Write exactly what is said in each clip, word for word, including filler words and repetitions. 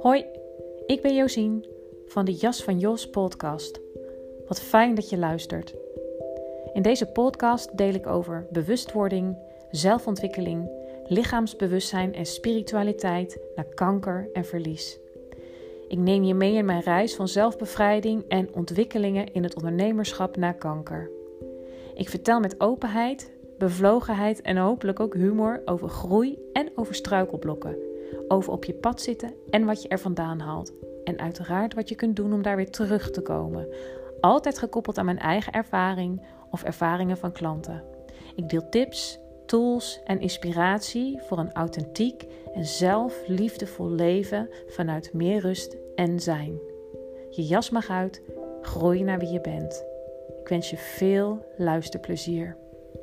Hoi, ik ben Josien van de Jas van Jos podcast. Wat fijn dat je luistert. In deze podcast deel ik over bewustwording, zelfontwikkeling, lichaamsbewustzijn en spiritualiteit naar kanker en verlies. Ik neem je mee in mijn reis van zelfbevrijding en ontwikkelingen in het ondernemerschap na kanker. Ik vertel met openheid, bevlogenheid en hopelijk ook humor over groei en over struikelblokken. Over op je pad zitten en wat je er vandaan haalt. En uiteraard wat je kunt doen om daar weer terug te komen. Altijd gekoppeld aan mijn eigen ervaring of ervaringen van klanten. Ik deel tips, tools en inspiratie voor een authentiek en zelfliefdevol leven vanuit meer rust en zijn. Je jas mag uit, groei naar wie je bent. Ik wens je veel luisterplezier.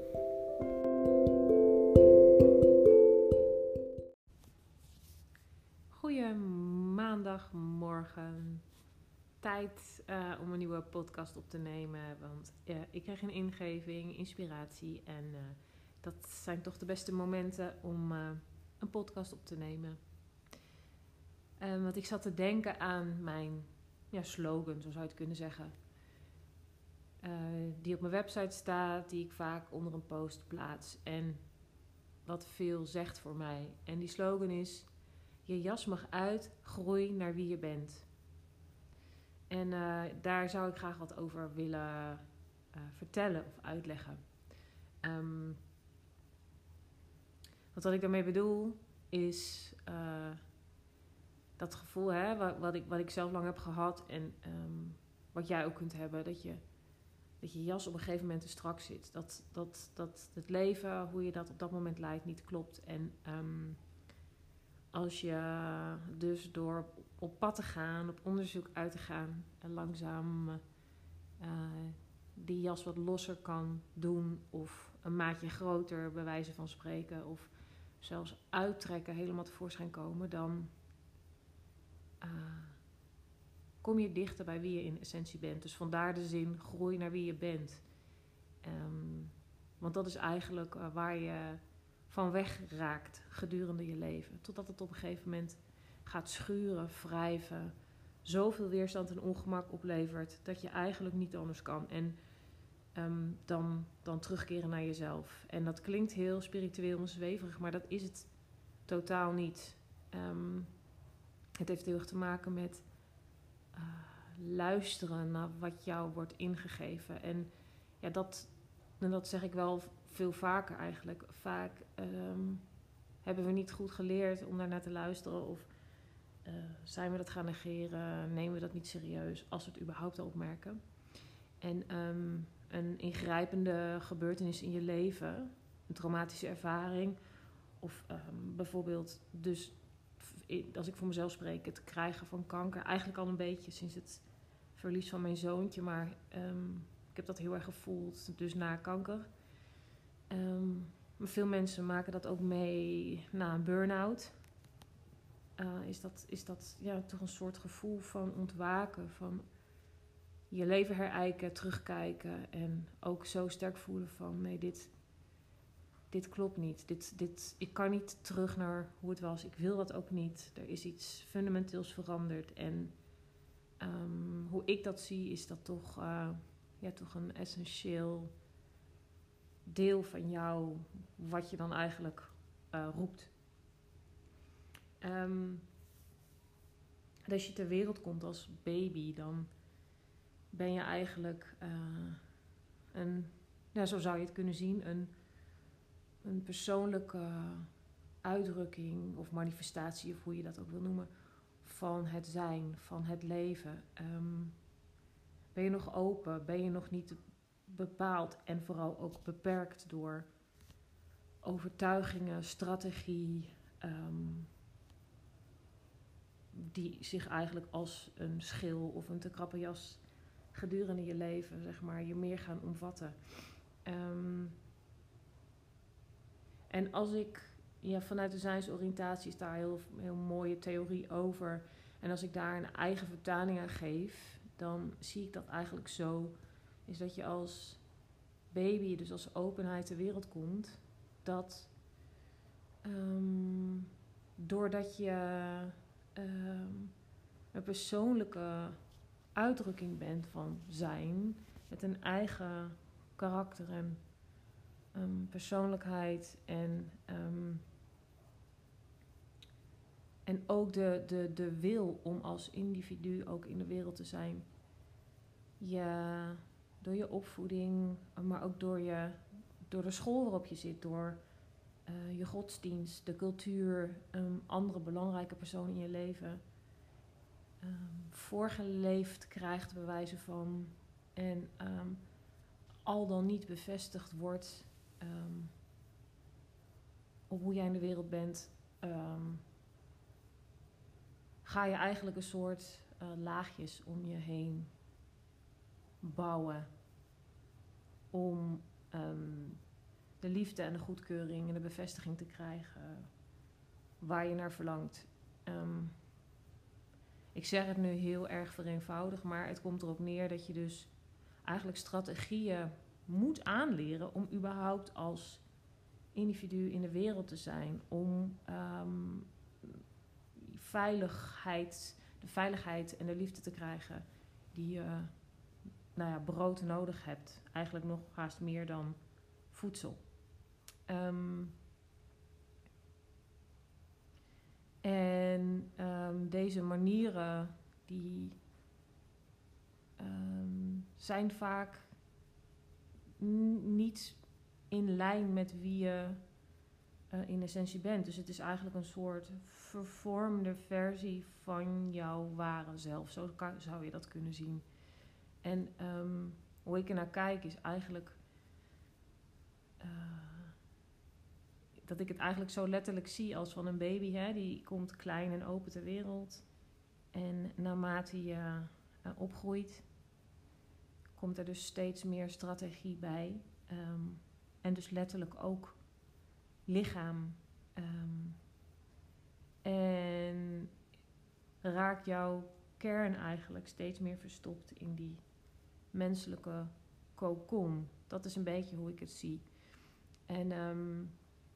Goeie maandagmorgen. Tijd uh, om een nieuwe podcast op te nemen. Want uh, ik kreeg een ingeving, inspiratie. En uh, dat zijn toch de beste momenten om uh, een podcast op te nemen. Uh, want ik zat te denken aan mijn ja, slogan, zo zou je het kunnen zeggen. Uh, die op mijn website staat, die ik vaak onder een post plaats. En wat veel zegt voor mij. En die slogan is: je jas mag uit, groei naar wie je bent. En uh, daar zou ik graag wat over willen uh, vertellen of uitleggen. Um, want wat ik daarmee bedoel is uh, dat gevoel hè, wat, wat, ik, wat ik zelf lang heb gehad en um, wat jij ook kunt hebben, dat je, dat je jas op een gegeven moment te strak zit. Dat, dat, dat het leven, hoe je dat op dat moment leidt, niet klopt. En um, als je dus door op pad te gaan, op onderzoek uit te gaan en langzaam uh, die jas wat losser kan doen of een maatje groter bij wijze van spreken of zelfs uittrekken, helemaal tevoorschijn komen, dan uh, kom je dichter bij wie je in essentie bent. Dus vandaar de zin, groei naar wie je bent. Um, want dat is eigenlijk uh, waar je van weg raakt gedurende je leven. Totdat het op een gegeven moment gaat schuren, wrijven, zoveel weerstand en ongemak oplevert dat je eigenlijk niet anders kan. En um, dan, dan terugkeren naar jezelf. En dat klinkt heel spiritueel en zweverig, maar dat is het totaal niet. Um, het heeft heel erg te maken met uh, luisteren naar wat jou wordt ingegeven. En ja, dat, en dat zeg ik wel veel vaker eigenlijk. Vaak um, hebben we niet goed geleerd om daar naar te luisteren. Of uh, zijn we dat gaan negeren? Nemen we dat niet serieus? Als we het überhaupt al opmerken. En um, een ingrijpende gebeurtenis in je leven. Een traumatische ervaring. Of um, bijvoorbeeld dus, als ik voor mezelf spreek, het krijgen van kanker. Eigenlijk al een beetje sinds het verlies van mijn zoontje. Maar um, ik heb dat heel erg gevoeld. Dus na kanker. Um, veel mensen maken dat ook mee na een burn-out. Uh, is dat, is dat ja, toch een soort gevoel van ontwaken, van je leven herijken, terugkijken en ook zo sterk voelen van nee, dit, dit klopt niet. Dit, dit, ik kan niet terug naar hoe het was. Ik wil dat ook niet. Er is iets fundamenteels veranderd. En um, hoe ik dat zie is dat toch, uh, ja, toch een essentieel deel van jou, wat je dan eigenlijk uh, roept. Um, als je ter wereld komt als baby, dan ben je eigenlijk uh, een, ja, zo zou je het kunnen zien, een, een persoonlijke uitdrukking of manifestatie, of hoe je dat ook wil noemen, van het zijn, van het leven. Um, ben je nog open? Ben je nog niet bepaald en vooral ook beperkt door overtuigingen, strategie, um, die zich eigenlijk als een schil of een te krappe jas gedurende je leven, zeg maar, je meer gaan omvatten. Um, en als ik, ja, vanuit de zijnsoriëntatie is daar heel, heel mooie theorie over. En als ik daar een eigen vertaling aan geef, dan zie ik dat eigenlijk zo, is dat je als baby, dus als openheid ter wereld komt, dat um, doordat je um, een persoonlijke uitdrukking bent van zijn. Met een eigen karakter en um, persoonlijkheid. En, um, en ook de, de, de wil om als individu ook in de wereld te zijn. Ja, door je opvoeding, maar ook door, je, door de school waarop je zit. Door uh, je godsdienst, de cultuur, um, andere belangrijke personen in je leven. Um, voorgeleefd krijgt bij wijze van. En um, al dan niet bevestigd wordt um, op hoe jij in de wereld bent. Um, ga je eigenlijk een soort uh, laagjes om je heen bouwen. Om um, de liefde en de goedkeuring en de bevestiging te krijgen waar je naar verlangt. Um, ik zeg het nu heel erg vereenvoudigd, maar het komt erop neer dat je dus eigenlijk strategieën moet aanleren om überhaupt als individu in de wereld te zijn. Om um, veiligheid, de veiligheid en de liefde te krijgen die je uh, nou ja, brood nodig hebt. Eigenlijk nog haast meer dan voedsel. Um, en um, deze manieren die um, zijn vaak n- niet in lijn met wie je uh, in essentie bent. Dus het is eigenlijk een soort vervormde versie van jouw ware zelf. Zo kan, zou je dat kunnen zien. En um, hoe ik er naar kijk is eigenlijk Uh, dat ik het eigenlijk zo letterlijk zie als van een baby. Hè? Die komt klein en open ter wereld. En naarmate je uh, opgroeit, komt er dus steeds meer strategie bij. Um, en dus letterlijk ook lichaam. Um, en raakt jouw kern eigenlijk steeds meer verstopt in die menselijke kokon. Dat is een beetje hoe ik het zie. En um,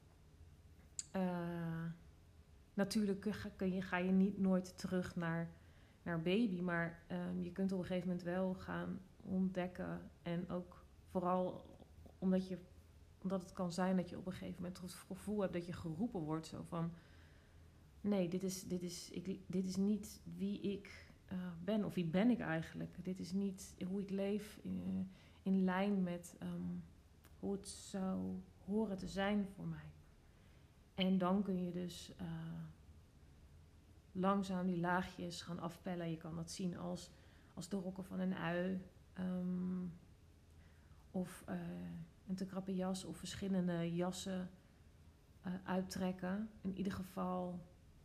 uh, natuurlijk ga, kun je, ga je niet nooit terug naar, naar baby, maar um, je kunt op een gegeven moment wel gaan ontdekken. En ook vooral omdat, je, omdat het kan zijn dat je op een gegeven moment het gevoel hebt dat je geroepen wordt. Zo van, nee, dit is, dit is, ik, dit is niet wie ik uh, ben. Of wie ben ik eigenlijk? Dit is niet hoe ik leef in, in lijn met um, hoe het zou horen te zijn voor mij. En dan kun je dus uh, langzaam die laagjes gaan afpellen. Je kan dat zien als, als de rokken van een ui. Um, of uh, een te krappe jas of verschillende jassen uh, uittrekken. In ieder geval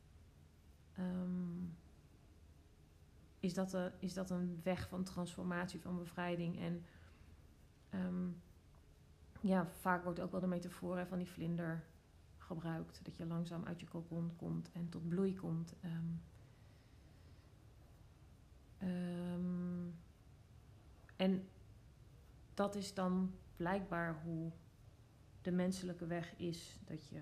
um, is, dat a, is dat een weg van transformatie, van bevrijding. En um, ja, vaak wordt ook wel de metafoor hè, van die vlinder gebruikt. Dat je langzaam uit je kokon komt en tot bloei komt. Um, um, en dat is dan blijkbaar hoe de menselijke weg is. Dat je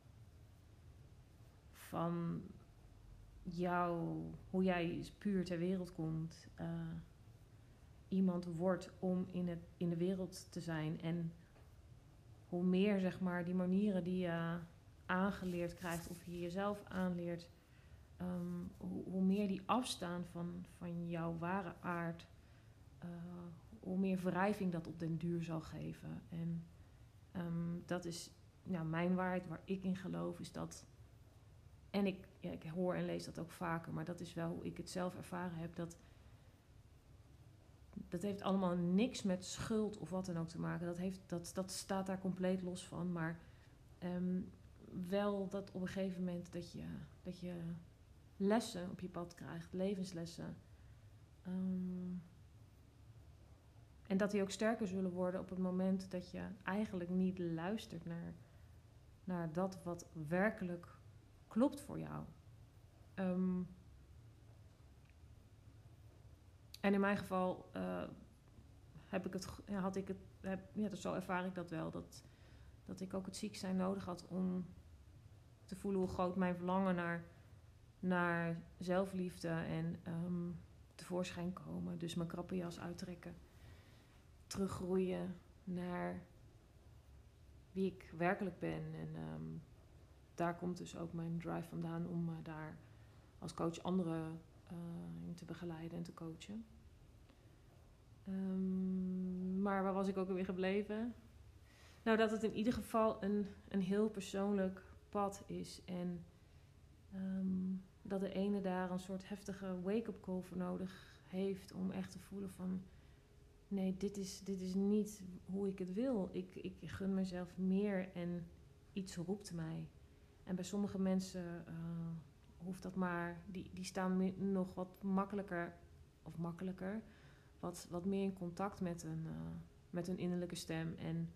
van jou, hoe jij puur ter wereld komt, uh, iemand wordt om in, het, in de wereld te zijn. En hoe meer, zeg maar, die manieren die je aangeleerd krijgt of je jezelf aanleert, um, hoe, hoe meer die afstaan van, van jouw ware aard, uh, hoe meer wrijving dat op den duur zal geven. En um, dat is nou, mijn waarheid, waar ik in geloof, is dat, en ik, ja, ik hoor en lees dat ook vaker, maar dat is wel hoe ik het zelf ervaren heb, dat dat heeft allemaal niks met schuld of wat dan ook te maken. Dat, heeft, dat, dat staat daar compleet los van. Maar um, wel dat op een gegeven moment dat je, dat je lessen op je pad krijgt. Levenslessen. Um, en dat die ook sterker zullen worden op het moment dat je eigenlijk niet luistert naar, naar dat wat werkelijk klopt voor jou. Um, En in mijn geval uh, heb ik het, had ik het, heb, ja, zo ervaar ik dat wel. Dat, dat ik ook het ziek zijn nodig had om te voelen hoe groot mijn verlangen naar naar zelfliefde en um, tevoorschijn komen. Dus mijn krappe jas uittrekken. Teruggroeien naar wie ik werkelijk ben. En um, daar komt dus ook mijn drive vandaan om uh, daar als coach anderen uh, in te begeleiden en te coachen. Um, maar waar was ik ook alweer gebleven? Nou, dat het in ieder geval een, een heel persoonlijk pad is. En um, dat de ene daar een soort heftige wake-up call voor nodig heeft om echt te voelen van... Nee, dit is, dit is niet hoe ik het wil. Ik, ik gun mezelf meer en iets roept mij. En bij sommige mensen uh, hoeft dat maar... Die, die staan me, nog wat makkelijker... Of makkelijker... Wat, wat meer in contact met een, uh, met hun innerlijke stem. En...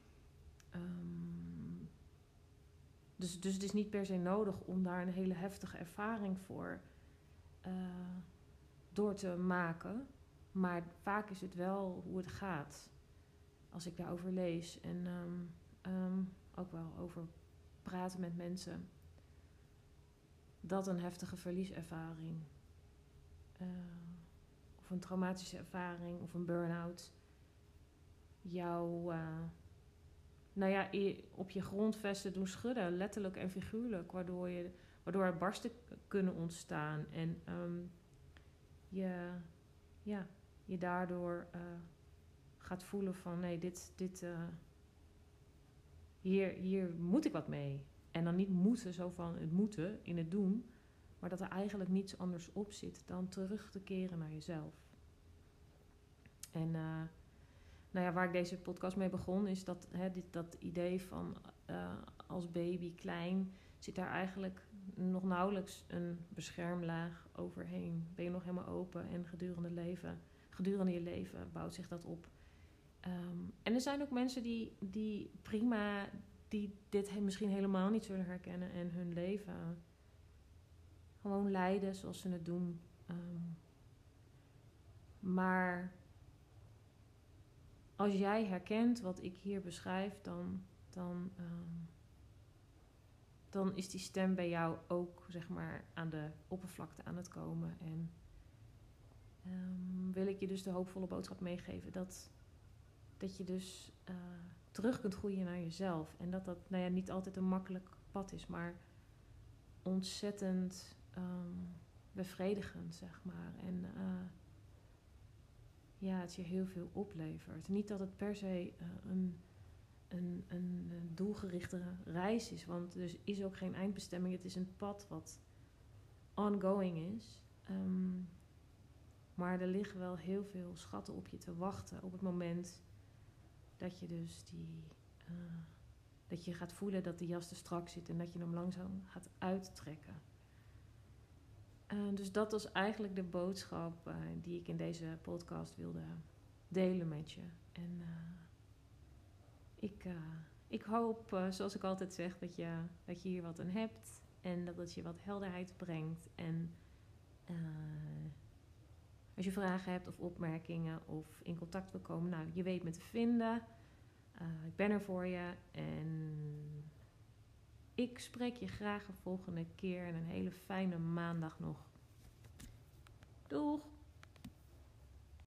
Um, dus, dus het is niet per se nodig om daar een hele heftige ervaring voor uh, door te maken. Maar vaak is het wel hoe het gaat. Als ik daarover lees. En um, um, ook wel over praten met mensen. Dat een heftige verlieservaring. Uh, of een traumatische ervaring. Of een burn-out. Jou... Uh, nou ja, op je grondvesten doen schudden. Letterlijk en figuurlijk. Waardoor, je, waardoor er barsten kunnen ontstaan. En um, je... Ja... je daardoor uh, gaat voelen van... nee, dit, dit, uh, hier, hier moet ik wat mee. En dan niet moeten, zo van het moeten, in het doen... maar dat er eigenlijk niets anders op zit... dan terug te keren naar jezelf. En uh, nou ja, waar ik deze podcast mee begon... is dat, hè, dit, dat idee van uh, als baby klein... zit daar eigenlijk nog nauwelijks een beschermlaag overheen. Ben je nog helemaal open en gedurende leven... Gedurende je leven bouwt zich dat op. Um, en er zijn ook mensen die, die prima, die dit misschien helemaal niet zullen herkennen en hun leven gewoon leiden zoals ze het doen. Um, maar als jij herkent wat ik hier beschrijf, dan, dan, um, dan is die stem bij jou ook zeg maar aan de oppervlakte aan het komen. En Um, wil ik je dus de hoopvolle boodschap meegeven dat, dat je dus uh, terug kunt groeien naar jezelf. En dat dat nou ja, niet altijd een makkelijk pad is, maar ontzettend um, bevredigend, zeg maar. En uh, ja, het je heel veel oplevert. Niet dat het per se uh, een, een, een doelgerichte reis is, want er is ook geen eindbestemming. Het is een pad wat ongoing is. Um, Maar er liggen wel heel veel schatten op je te wachten op het moment dat je dus die... Uh, dat je gaat voelen dat de jas te strak zit en dat je hem langzaam gaat uittrekken. Uh, dus dat was eigenlijk de boodschap uh, die ik in deze podcast wilde delen met je. En uh, ik, uh, ik hoop, uh, zoals ik altijd zeg, dat je, dat je hier wat aan hebt. En dat het je wat helderheid brengt. En... Uh, Als je vragen hebt of opmerkingen of in contact wil komen, nou, je weet me te vinden. Uh, ik ben er voor je en ik spreek je graag de volgende keer en een hele fijne maandag nog. Doeg!